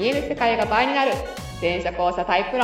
見える世界が倍になる全車交差タイプ論。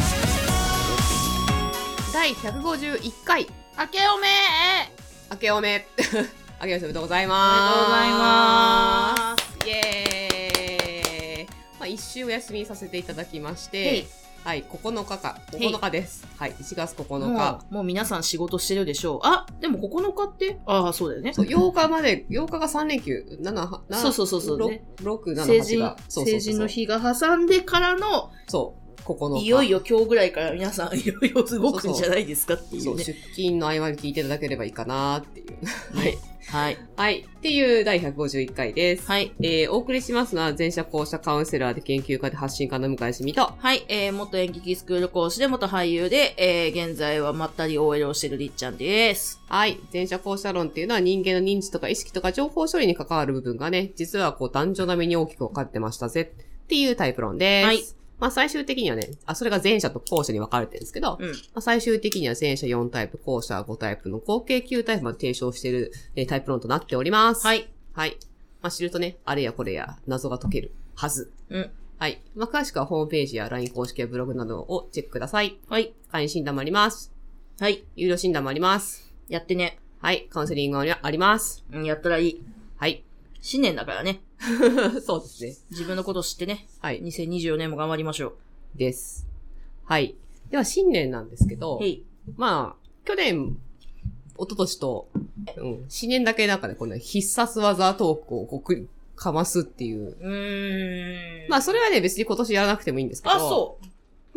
第151回明けおめ明けおめ明けおめでとうございおまめでとうございます。 イエーイ。一週お休みさせていただきまして、はい、9日です。はい、1月9日。 もう皆さん仕事してるでしょう。あ、でも9日って、ああ、そうだよね。 そう、8日が3連休、 そうね。 6、7、8が。 成人の日が挟んでからの、 そう、9日。 いよいよ今日ぐらいから皆さんいよいよ動くんじゃないですかっていうね。 そう、出勤の合間に聞いていただければいいかなっていう。はい。 はい。 はい。っていう第151回です。 はい。 お送りしますのは、全社交差カウンセラーで研究家で発信家の向井しみと。 はい。元演劇スクール講師で元俳優で、現在はまったり OL をしてるりっちゃんです。 はい。全社交差論っていうのは人間の認知とか意識とか情報処理に関わる部分がね、実は男女並みに大きく分かってましたぜっていうタイプ論です。はい。最終的にはね、それが前者と後者に分かれてるんですけど、最終的には前者4タイプ、後者5タイプの合計9タイプまで提唱している、タイプ論となっております。はい。はい。知るとね、あれやこれや謎が解けるはず。はい。詳しくはホームページや LINE 公式やブログなどをチェックください。はい。会員診断もあります。はい。有料診断もあります。 やってね。 はい。カウンセリングはあります。 やったらいい。 はい。 新年だからね。 そうですね。 自分のこと知ってね。 はい。 2024年も頑張りましょう。 です。はい。では新年なんですけど、去年、一昨年と、新年だけなんかね、この必殺技トークをかますっていう。それはね、別に今年やらなくてもいいんですけど。 あ、そう。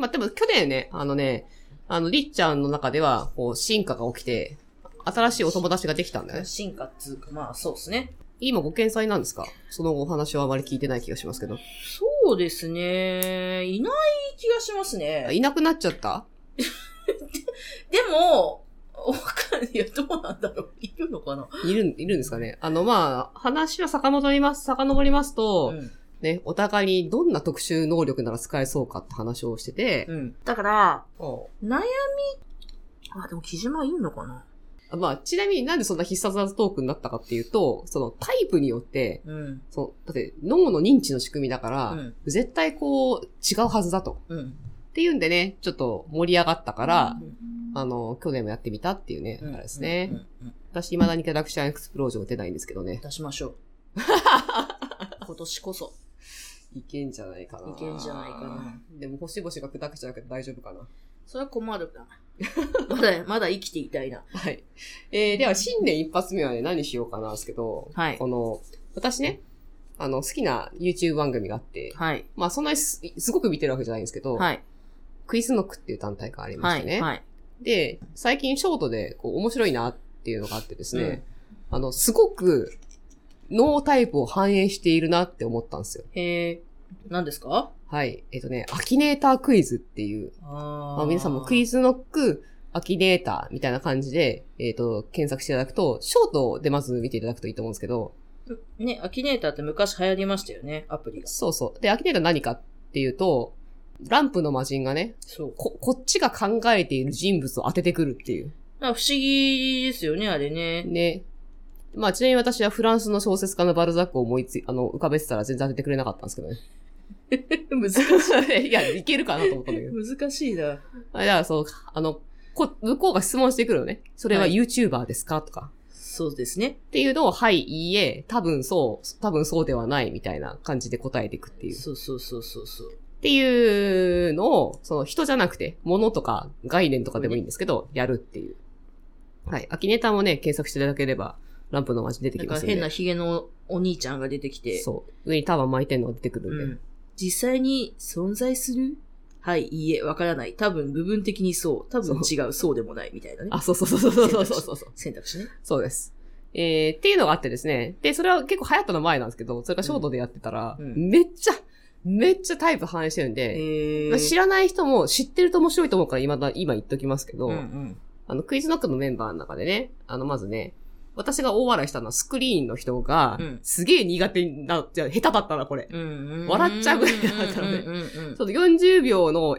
でも去年ね、りっちゃんの中では、進化が起きて、新しいお友達ができたんだよね。 進化っつうか、そうですね。 今ご見解なんですか？そのお話はあまり聞いてない気がしますけど。 そうですね。いない気がしますね。 いなくなっちゃったでも、わかんない。いや、どうなんだろう。いるのかないるんですかね。話は遡りますと、ね、お互いにどんな特殊能力なら使えそうかって話をしてて。 だから、悩み、でも木島いんのかな？ ちなみになんでそんな必殺技トークになったかっていうと、そのタイプによって、だって脳の認知の仕組みだから、絶対違うはずだと。っていうんでね、ちょっと盛り上がったから、去年もやってみたっていうね、あれですね。私未だにキャラクターエクスプロージョン出ないんですけどね。 出しましょう。今年こそ。 いけんじゃないかな。 いけんじゃないかな。 でも星々が砕けちゃうけど大丈夫かな。 それは困るな。まだ生きていたいな。 はい。では、新年一発目はね、何しようかなんですけど、はい。私ね、好きな YouTube 番組があって、はい。そんなにすごく見てるわけじゃないんですけど、はい。クイズノックっていう団体がありましてね。はい。はい。で、最近ショートで、面白いなっていうのがあってですね、すごく、ノータイプを反映しているなって思ったんですよ。 何ですか？ はい。アキネータークイズっていう。皆さんもクイズノック、アキネーターみたいな感じで、検索していただくと、ショートでまず見ていただくといいと思うんですけど。 ね、アキネーターって昔流行りましたよね、アプリが。 そうそう。で、アキネーター何かっていうと、ランプの魔人がね、こっちが考えている人物を当ててくるっていう。 不思議ですよね、あれね。 ね。ちなみに私はフランスの小説家のバルザックを浮かべてたら全然当ててくれなかったんですけどね。 難しい。 いや、いけるかなと思ったんだけど。 難しいな。 だからそう、向こうが質問してくるのね。それは YouTuber ですかとか。 そうですね。 っていうのを、はい、いいえ、多分そうではないみたいな感じで答えていくっていう。 そう。 っていうのを、人じゃなくて、物とか概念とかでもいいんですけど、やるっていう。はい。アキネーターもね、検索していただければ、ランプのマジ出てきますんで。 変なヒゲのお兄ちゃんが出てきて。 そう。上にターバン巻いてんのが出てくるんで。 実際に存在する？はい、いいえ、わからない。多分部分的にそう。多分違う、そうでもないみたいなね。 そう。 選択肢ね。 そうです。っていうのがあってですね。で、それは結構流行ったの前なんですけど、それがショートでやってたら、めっちゃタイプ反映してるんで、知らない人も知ってると面白いと思うから今言っときますけど、クイズノックのメンバーの中でね、まずね、私が大笑いしたのはスクリーンの人が、すげえ苦手な、下手だったな、これ。笑っちゃうぐらいだったので、ちょっと40秒の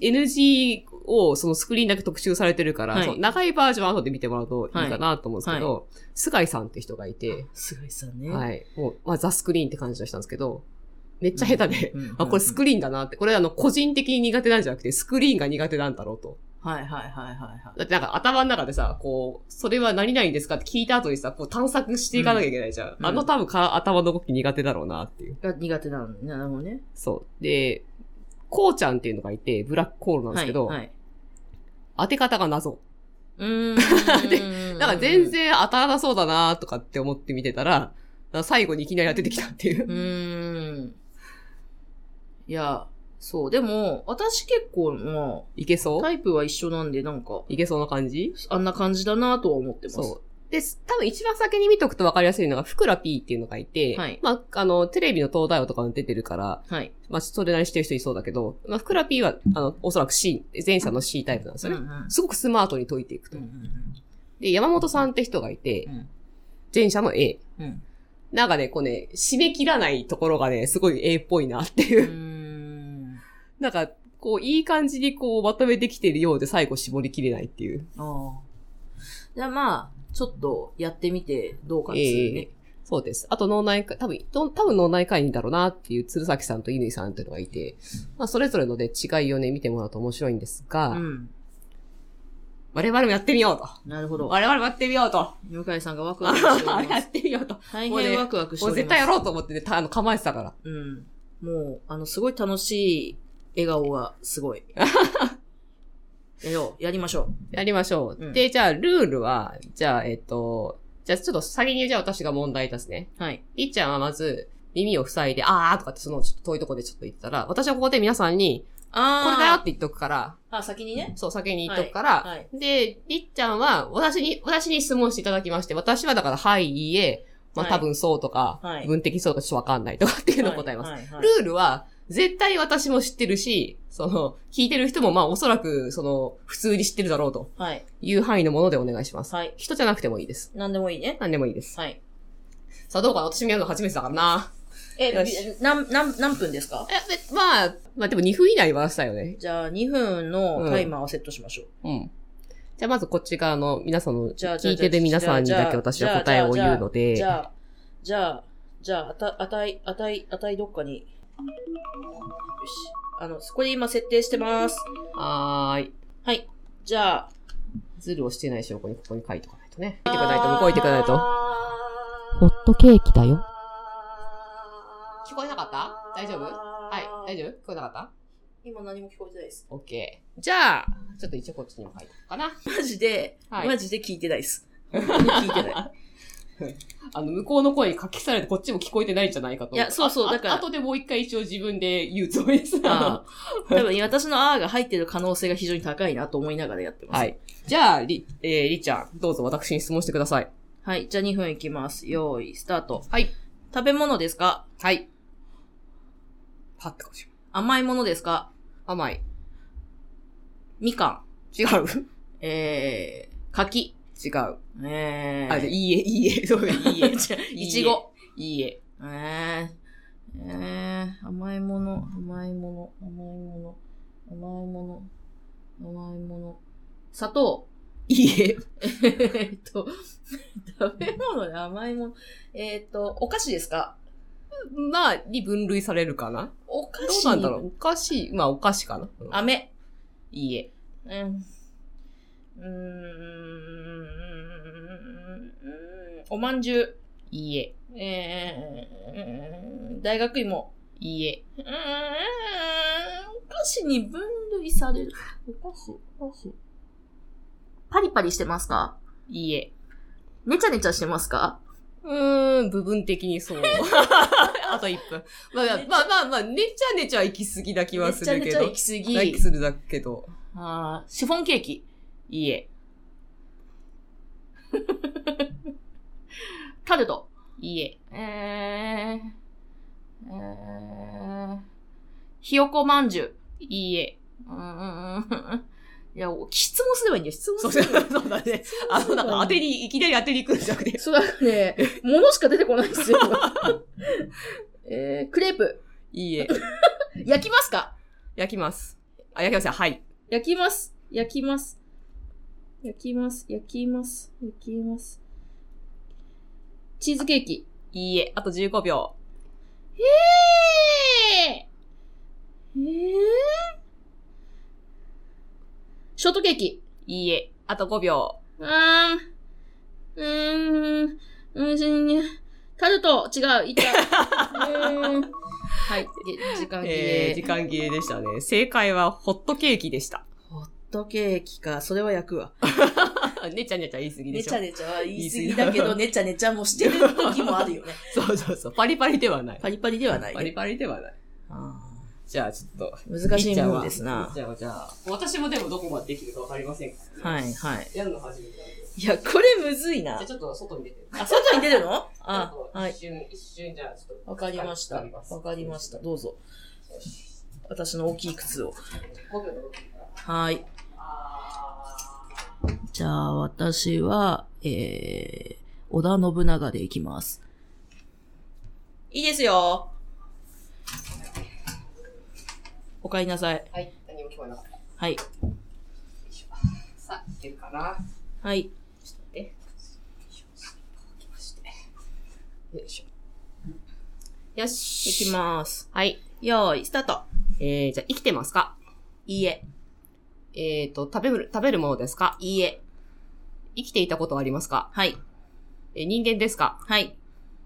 NG をそのスクリーンだけ特集されてるから、その長いバージョン後で見てもらうといいかなと思うんですけど、菅井さんって人がいて、 菅井さんね。 はい。もう、ザ・スクリーンって感じがしたんですけど、 めっちゃ下手で、あ、これスクリーンだなって。これ個人的に苦手なんじゃなくて、スクリーンが苦手なんだろうと。 はいはいはいはいはい。 だってなんか頭の中でさ、こう、それは何々ですかって聞いた後にさ、こう探索していかなきゃいけないじゃん。多分頭の動き苦手だろうなっていう。 苦手なのね。なるほどね。 そう。で、こうちゃんっていうのがいて、ブラックホールなんですけど、はいはい、当て方が謎。で、だから全然当たらなそうだなとかって思って見てたら、最後にいきなり当ててきたっていう。 いや、そう。でも、私結構、まあ、 いけそうタイプは一緒なんで、なんか。 いけそうな感じあんな感じだなとは思ってます。 そう。で、多分一番先に見とくと分かりやすいのが、ふくら P っていうのがいて、はい。まあ、テレビの東大王とかも出てるから、はい。まあ、それなりにしてる人いそうだけど、まあ、ふくら P は、おそらく C、前者の C タイプなんですよね。すごくスマートに解いていくと。で、山本さんって人がいて、前者の A。なんかね、こうね、締め切らないところがね、すごい A っぽいなっていう。なんか、こう、いい感じにこう、まとめてきてるようで最後絞りきれないっていう。 じゃあまあ、ちょっとやってみてどうかですよね。 そうです。あと脳内科、多分脳内科医だろうなっていう鶴崎さんと乾さんっていうのがいて、まあそれぞれので違いをね、見てもらうと面白いんですが、我々もやってみようと。 なるほど。 我々もやってみようと。 向井さんがワクワクしております。 やってみようと。 大変ワクワクしております。 もう絶対やろうと思ってね、構えてたから。 もう、すごい楽しい笑顔がすごい。やりましょう。 やりましょう。で、じゃあ、ルールは、じゃあ、じゃあちょっと先にじゃあ私が問題出すね。はい。りっちゃんはまず、耳を塞いで、あーとかってちょっと遠いとこでちょっと言ったら、私はここで皆さんに、これだよって言っとくから。 先にね。 そう、先に言っとくから。はい。で、りっちゃんは、私に質問していただきまして、私はだから、はい、いいえ、まあ、多分そうとか、文的そうとかちょっとわかんないとかっていうのを答えます。ルールは、絶対私も知ってるし、聞いてる人もまあおそらく、普通に知ってるだろうと。はい。いう範囲のものでお願いします。はい。人じゃなくてもいいです。 何でもいいね。 何でもいいです。はい。さあどうかな、私もやるの初めてだからな。 何分ですか？ まあでも2分以内はしたよね。 じゃあ2分のタイマーをセットしましょう。 じゃあまずこっち側の皆さんの、聞いてる皆さんにだけ私は答えを言うので。 じゃあ、値どっかに。よし。これ今設定してます。 はい。 じゃあ。 ズルをしてない証拠にここに書いておかないとね。向こう行ってくれないと。ホットケーキだよ。聞こえなかった？大丈夫？はい。大丈夫？聞こえなかった？ 今何も聞こえてないです。 オッケー。じゃあ、ちょっと一応こっちにも書いておくかな。 マジで聞いてないです。本当に聞いてない。 向こうの声に書きされてこっちも聞こえてないんじゃないかと。 いや、そう、だから。 後でもう一回一応自分で言うつもりです。多分私のあーが入ってる可能性が非常に高いなと思いながらやってます。 はい。じゃあ、りちゃん、どうぞ私に質問してください。 はい。じゃあ2分いきます。用意、スタート。 はい。 食べ物ですか？ はい。パッてかもしれない。 甘いものですか？ 甘い。 みかん。違う。 柿。 違う。 じゃあ、いいえ。そう、いいえ。 いちご。 いいえ。 甘いもの。砂糖。 いいえ。 食べ物で甘いもの。お菓子ですか？ まあ、に分類されるかな？ お菓子？ どうなんだろう？お菓子、まあお菓子かな？ 飴。 いいえ。 おまんじゅう。 いいえ。 大学芋。 いいえ。 お菓子に分類される。お菓子。パリパリしてますか？ いいえ。 ねちゃねちゃしてますか？ 部分的にそう。あと1分。まあ、ねちゃねちゃ行き過ぎな気はするけど。 ねちゃねちゃ行き過ぎ。 するだけど。 シフォンケーキ。 いいえ。 タルト。 いいえ。 ひよこまんじゅう。 いいえ。 いや、質問すればいいんだよ。質問すればいい。 そうだね。なんかいきなり当てに行くんじゃなくて。 そうだね。物しか出てこないんですよ。クレープ。 いいえ。 焼きますか？ 焼きます。焼きますよ。はい。 焼きます。チーズケーキ。 いいえ。あと15秒。 ショートケーキ。 いいえ。あと5秒。 タルト、違う、いった。はい、時間切れ。 時間切れでしたね。正解はホットケーキでした。 ホットケーキか、それは焼くわ。 ねちゃねちゃ言い過ぎでしょ。 ねちゃねちゃは言い過ぎだけど、ねちゃねちゃもしてる時もあるよね。 そうそうそう。パリパリではない。 パリパリではない、ね。 パリパリではない。じゃあちょっと。 難しいもんですな。 じゃあ、私もでもどこまでできるかわかりませんから、ね。 はい。 やるの初めてなんで。 いや、これむずいな。 じゃあちょっと外に出てる。 外に出るのはい。 一瞬じゃあちょっと。 わかりました。どうぞ。私の大きい靴を。はい。じゃあ、私は、織田信長でいきます。いいですよ。お帰りなさい。 はい。何も聞こえなかった。 はい。 さあ、いけるかな。 はい。 ちょっと待って。よいしょ。よし。 いきます。 はい。 よーい、スタート。 じゃあ、生きてますか？ いいえ。 食べるものですか？ いいえ。 生きていたことはありますか？ はい。 人間ですか？ はい。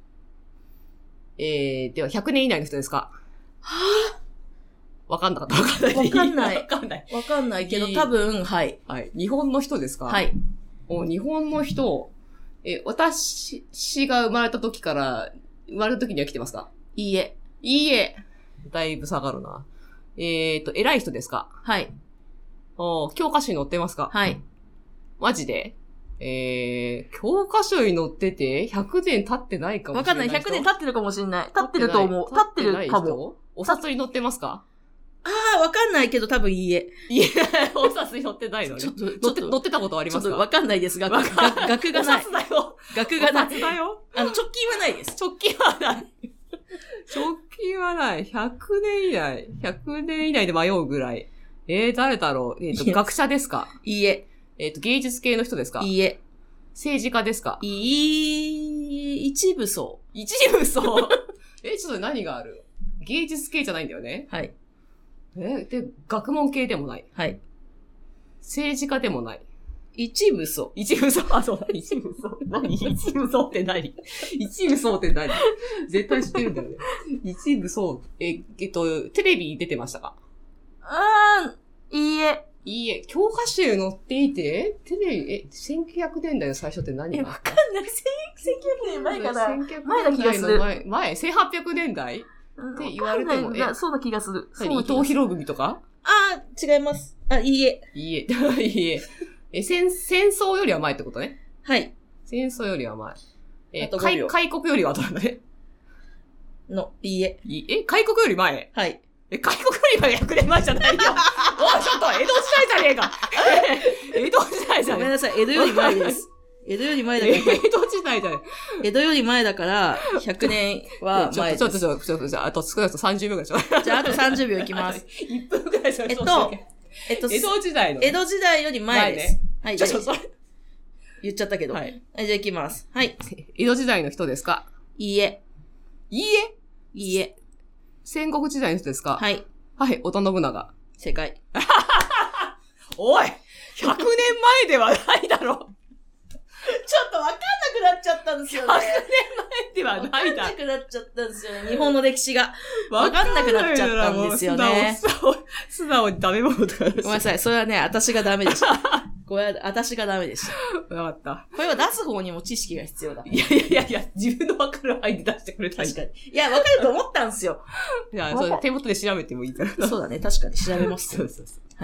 では、100年以内の人ですか？ はぁ？ わかんなかった。わかんない。 わかんない。 わかんないけど、多分、はい。 はい。日本の人ですか？ はい。 日本の人、私が生まれた時には来てますか？ いいえ。 いいえ。だいぶ下がるな。偉い人ですか？ はい。 教科書に載ってますか？ はい。 マジで？教科書に載ってて、100年経ってないかもしれない。 わかんない。100年経ってるかもしれない。経ってると思う。経ってるかも。 お札に載ってますか？ わかんないけど多分いいえ。 いえ、お札に載ってないのね。 ちょっと載ってたことありますか？ わかんないです。額がない。 お札だよ。 額がない。 お札だよ。 直近はないです。 直近はない。直近はない。100年以内で迷うぐらい。誰だろう。学者ですか？ いいえ。 芸術系の人ですか？ いいえ。 政治家ですか？ 一部そう。 一部そう。ちょっと何がある？芸術系じゃないんだよね。 はい。 で、学問系でもない。 はい。 政治家でもない。 一部そう。 一部そう。あ、そう。一部そう。何？一部そうって何？一部そうって何？絶対知ってるんだよね。一部そう。テレビに出てましたか？ いいえ。 いいえ。教科書に載っていて、テレビ、1900年代の最初って何が？ わかんない。1900年前かな。前な気がする。 前、1800年代って言われても、 そうな気がする。 伊藤博文とか？ 違います。いいえ。 いいえ。いいえ。戦争よりは前ってことね。 はい。 戦争よりは前。開国よりは後なんだね。 いいえ。 開国より前？ はい。 開国より前100年前じゃないよ。おい、ちょっと、江戸時代じゃねえか。江戸時代じゃねえ。 ごめんなさい、江戸より前です。江戸より前だから。 江戸時代じゃねえ。江戸より前だから、100年は前です。 ちょっと、あと少なくとも30秒ぐらいしょ。 じゃあ、あと30秒いきます。 1分ぐらいしょ。江戸時代の。 江戸時代より前です。はい、 じゃあ、それ。 言っちゃったけど。はい。じゃあ行きます。はい。 江戸時代の人ですか？ いいえ。 いいえ？ いいえ。 戦国時代の人ですか？ はい。 はい、織田信長。 正解。 おい !100 年前ではないだろ。 ちょっとわかんなくなっちゃったんですよね。100 年前ではないだろ。 わかんなくなっちゃったんですよね。日本の歴史が。わかんなくなっちゃったんですよね。 素直に食べ物とか。 ごめんなさい。それはね、私がダメでした。これは、私がダメでした。 わかった。 これは出す方にも知識が必要だ。 いや、自分のわかる範囲で出してくれた。 確かに。いや、わかると思ったんですよ。 いや、それ手元で調べてもいいから。 そうだね。確かに調べます。 そう。はい。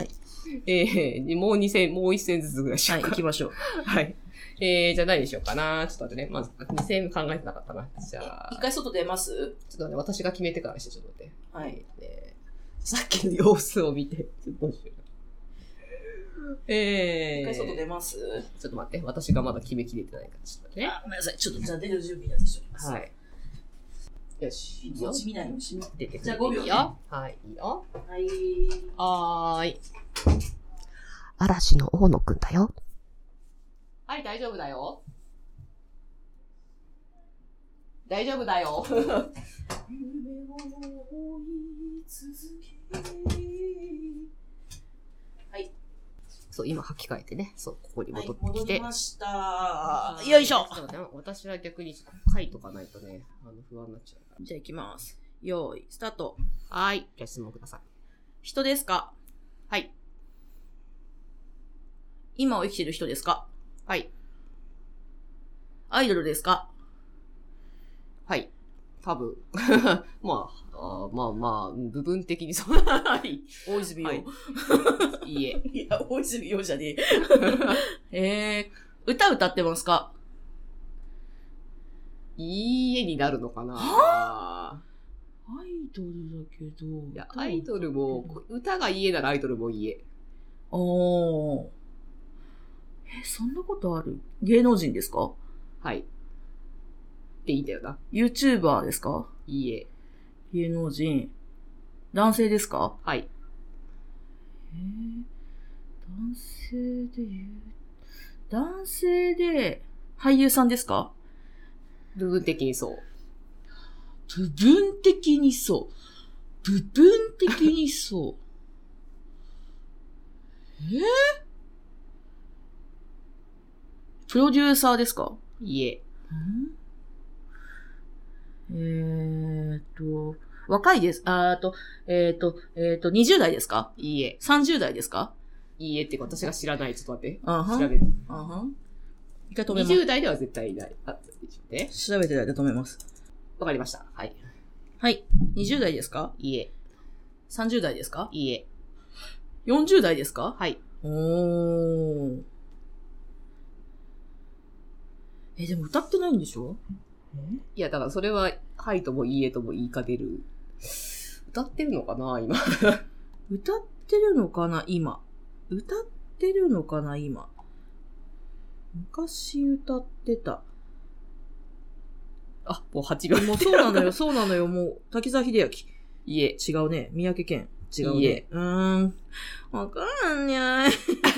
もう一戦ずつぐらいしようか。 はい、行きましょう。 はい。じゃあ何にしようかな。ちょっと待ってね。まず、2戦考えてなかったな。じゃあ。 一回外出ます？ ちょっとね、私が決めてからして、ちょっと待って。 はい。 さっきの様子を見て、ちょっとどうしよう。 一回外出ます？ ちょっと待って。私がまだ決めきれてないから、ちょっとね。 ごめんなさい。ちょっと、じゃあ出る準備だけしておきます。 はい。よし。 そっち見ないようにし出てくる。 じゃあ5秒。 はい、いいよ。 はい。 嵐の大野くんだよ。はい、大丈夫だよ。大丈夫だよ。 夢を追い続け。はい。 そう、今履き替えてね。そう、ここに戻ってきて。 はい、戻りました。よいしょ。 私は逆に書いとかないとね、不安になっちゃうから。 じゃあ行きます。用意、スタート。 はい。じゃあ質問ください。 人ですか？ はい。 今を生きてる人ですか？ はい。 アイドルですか？ はい。多分。まあ、部分的にそう。はい。 大泉洋。はい、 いいえ。 いや、大泉洋じゃねえ。歌歌ってますか？ いいえになるのかな？ はぁ？アイドルだけど。 いや、アイドルも、歌がいいえならアイドルもいいえ。 おー。そんなことある？芸能人ですか？ はい。っていいんだよな。 YouTuber ですか？ いいえ。 芸能人。男性ですか？ はい。 男性で俳優さんですか？ 部分的にそう。 部分的にそう。部分的にそう。プロデューサーですか？ いいえ。 若いです。20代ですか？ いいえ。 30代ですか？ いいえって私が知らない。ちょっと待って。 調べる。 一回止めます。 20代では絶対いない。 調べてないで止めます。 わかりました。はい。 はい。20代ですか？ いいえ。 30代ですか？ いいえ。 40代ですか？ はい。 おー。でも歌ってないんでしょ？ いや、だからそれは、はいともいいえとも言いかける。歌ってるのかな今。 歌ってるのかな今。歌ってるのかな今。昔歌ってた。 あ、もう8秒。 もうそうなのよ、そうなのよ、もう、滝沢秀明。 いえ。 違うね。三宅健。違うね。 いいえ。 わかんにゃい。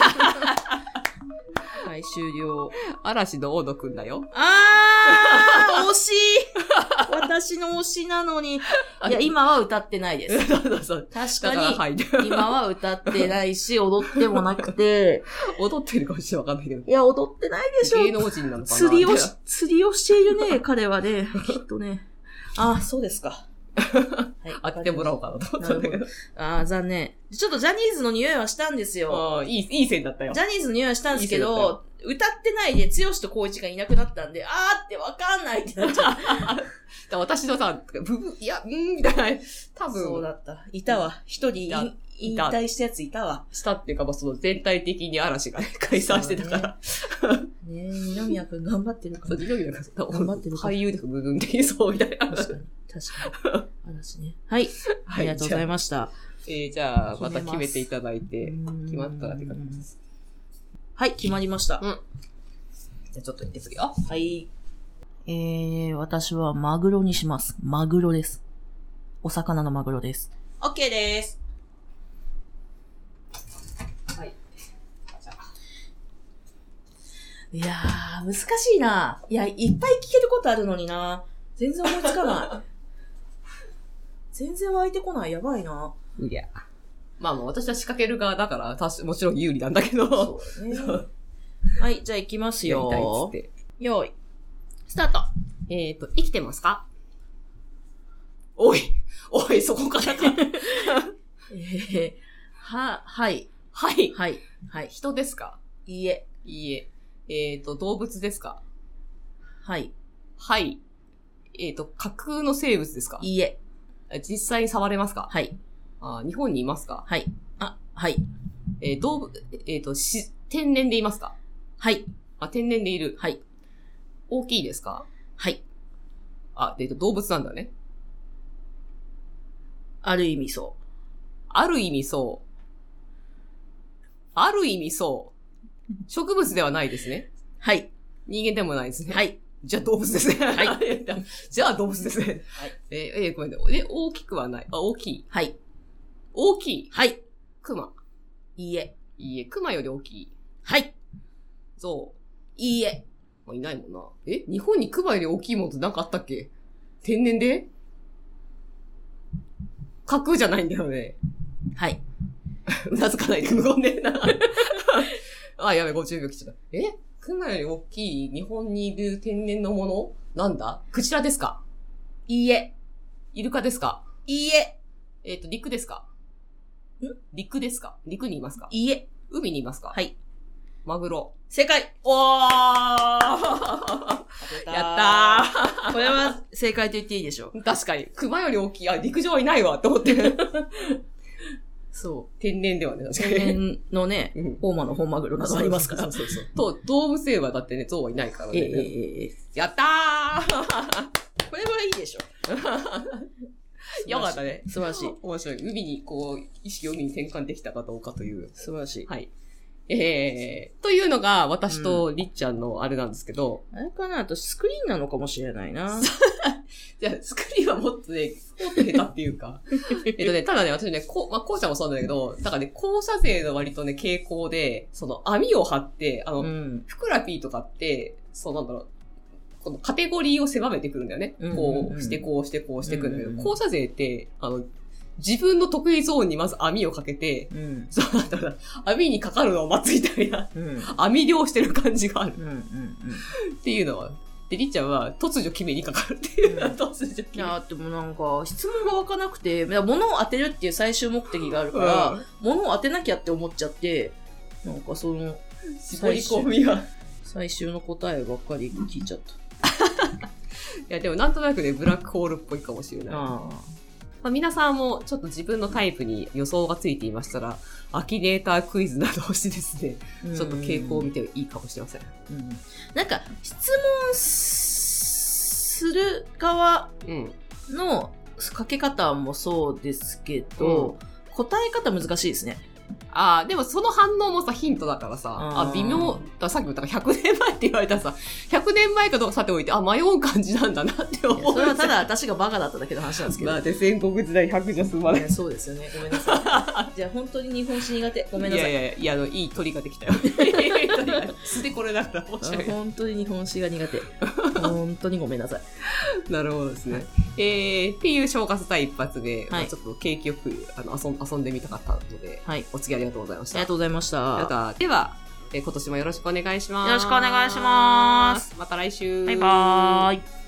はい、終了。 嵐の大野くんだよ。 惜しい私の推しなのに。いや、今は歌ってないです。 そう確かに、今は歌ってないし、踊ってもなくて。 踊ってるかもしれないわかんないけど。 いや、踊ってないでしょ。 芸能人なのかな。 釣りをしているね、彼はね。きっとね。そうですか。 はい、当ててもらおうかなと思ったんだけど。 残念。ちょっとジャニーズの匂いはしたんですよ。 いい線だったよ。 ジャニーズの匂いはしたんですけど、歌ってないで、剛と光一がいなくなったんで、ってわかんないってなっちゃう。 私のさ、いや、みたいな。多分。 そうだった。いたわ。一人引退したやついたわ。 したっていうか、その全体的に嵐が解散してたから。 ね二宮くん頑張ってるから。 二宮くん頑張ってるから。 俳優で部分的にそうみたいな。 確かに。嵐ね。はい。ありがとうございました。 じゃあ、また決めていただいて、決まったらって感じです。 はい、決まりました。 じゃあちょっと言ってくるよ。 はい。私はマグロにします。マグロです。お魚のマグロです。OK です。 はい。 いやー、難しいな。いや、いっぱい聞けることあるのにな。全然思いつかない。全然湧いてこない。やばいな。 いや。まあ私は仕掛ける側だから、もちろん有利なんだけど。 そうね。はい、じゃあ行きますよ。 やりたいっつって。 よーい。スタート。 生きてますか？おい、そこからか。 はい。 はい。 はい。はい。 人ですか？ いいえ。 いいえ。動物ですか？ はい。 はい。架空の生物ですか？ いいえ。 実際に触れますか？ はい。 日本にいますか？ はい。はい。 天然でいますか？ はい。 天然でいる。 はい。 大きいですか？ はい。 動物なんだね。 ある意味そう。 ある意味そう。植物ではないですね。 はい。 人間でもないですね。 はい。 じゃあ動物ですね。 はい。 じゃあ動物ですね。 はい。 ごめんね。大きくはない。大きい。 はい。 大きい。 はい。 熊。 いいえ。 熊より大きい。 はい。 象。 いいえ。 いないもんな。日本に熊より大きいものって何かあったっけ？天然で？ 角じゃないんだよね。 はい。 うなずかないで無言でな。あ、やべ、50秒来ちゃった。熊より大きい日本にいる天然のものなんだ？クジラですか？ いいえ。 イルカですか？ いいえ。 陸ですか？陸ですか？陸にいますか？ いいえ。 海にいますか？ はい。 マグロ。 正解。 おーやったー。 これは正解と言っていいでしょう。 確かに。熊より大きい。陸上はいないわ、と思って。 そう。 天然ではね、確かに。 天然のね、大間の本マグロなどありますから。 そう。と、動物園はだってね、象はいないからね。やったー。 これはいいでしょ。 よかったね。 素晴らしい。 面白い。海に意識を海に転換できたかどうかという。 素晴らしい。 はい。というのが、私とりっちゃんのあれなんですけど。 あれかな？私スクリーンなのかもしれないな。 いや、スクリーンはもっとね、もっと下手っていうか。ただね、私ね、こうちゃんもそうなんだけど、だからね、校舎税の割とね、傾向で、網を張って、ふくらピーとかって、このカテゴリーを狭めてくるんだよね。こうしてくるんだけど、校舎税って、自分の得意ゾーンにまず網をかけて、網にかかるのを待つみたいな、網漁してる感じがある。っていうのは、で、りっちゃんは突如決めにかかるっていう、突如決め。 いや、でもなんか、質問が湧かなくて、物を当てるっていう最終目的があるから、物を当てなきゃって思っちゃって、なんか絞り込みが。 最終の答えばっかり聞いちゃった。 いや、でもなんとなくね、ブラックホールっぽいかもしれない。皆さんもちょっと自分のタイプに予想がついていましたら、アキネータークイズなどをしてですね、ちょっと傾向を見ていいかもしれません。 なんか、質問する側のかけ方もそうですけど、答え方難しいですね。 でもその反応もさ、ヒントだからさ、微妙だ、さっき言ったから100年前って言われたらさ、100年前かどうかさておいて、迷う感じなんだなって思う。 それはただ私がバカだっただけの話なんですけど。 で、戦国時代100じゃ済まない。 そうですよね。ごめんなさい。じゃあ本当に日本史苦手。ごめんなさい。 いや、いい鳥ができたよ。素でこれだったら申し訳ない。 本当に日本史が苦手。本当にごめんなさい。なるほどですね。っていう正月第一発目、ちょっと景気よく遊んでみたかったので、お次ありがとうございました。 ありがとうございました。 では、今年もよろしくお願いします。 よろしくお願いします。 また来週。 バイバーイ。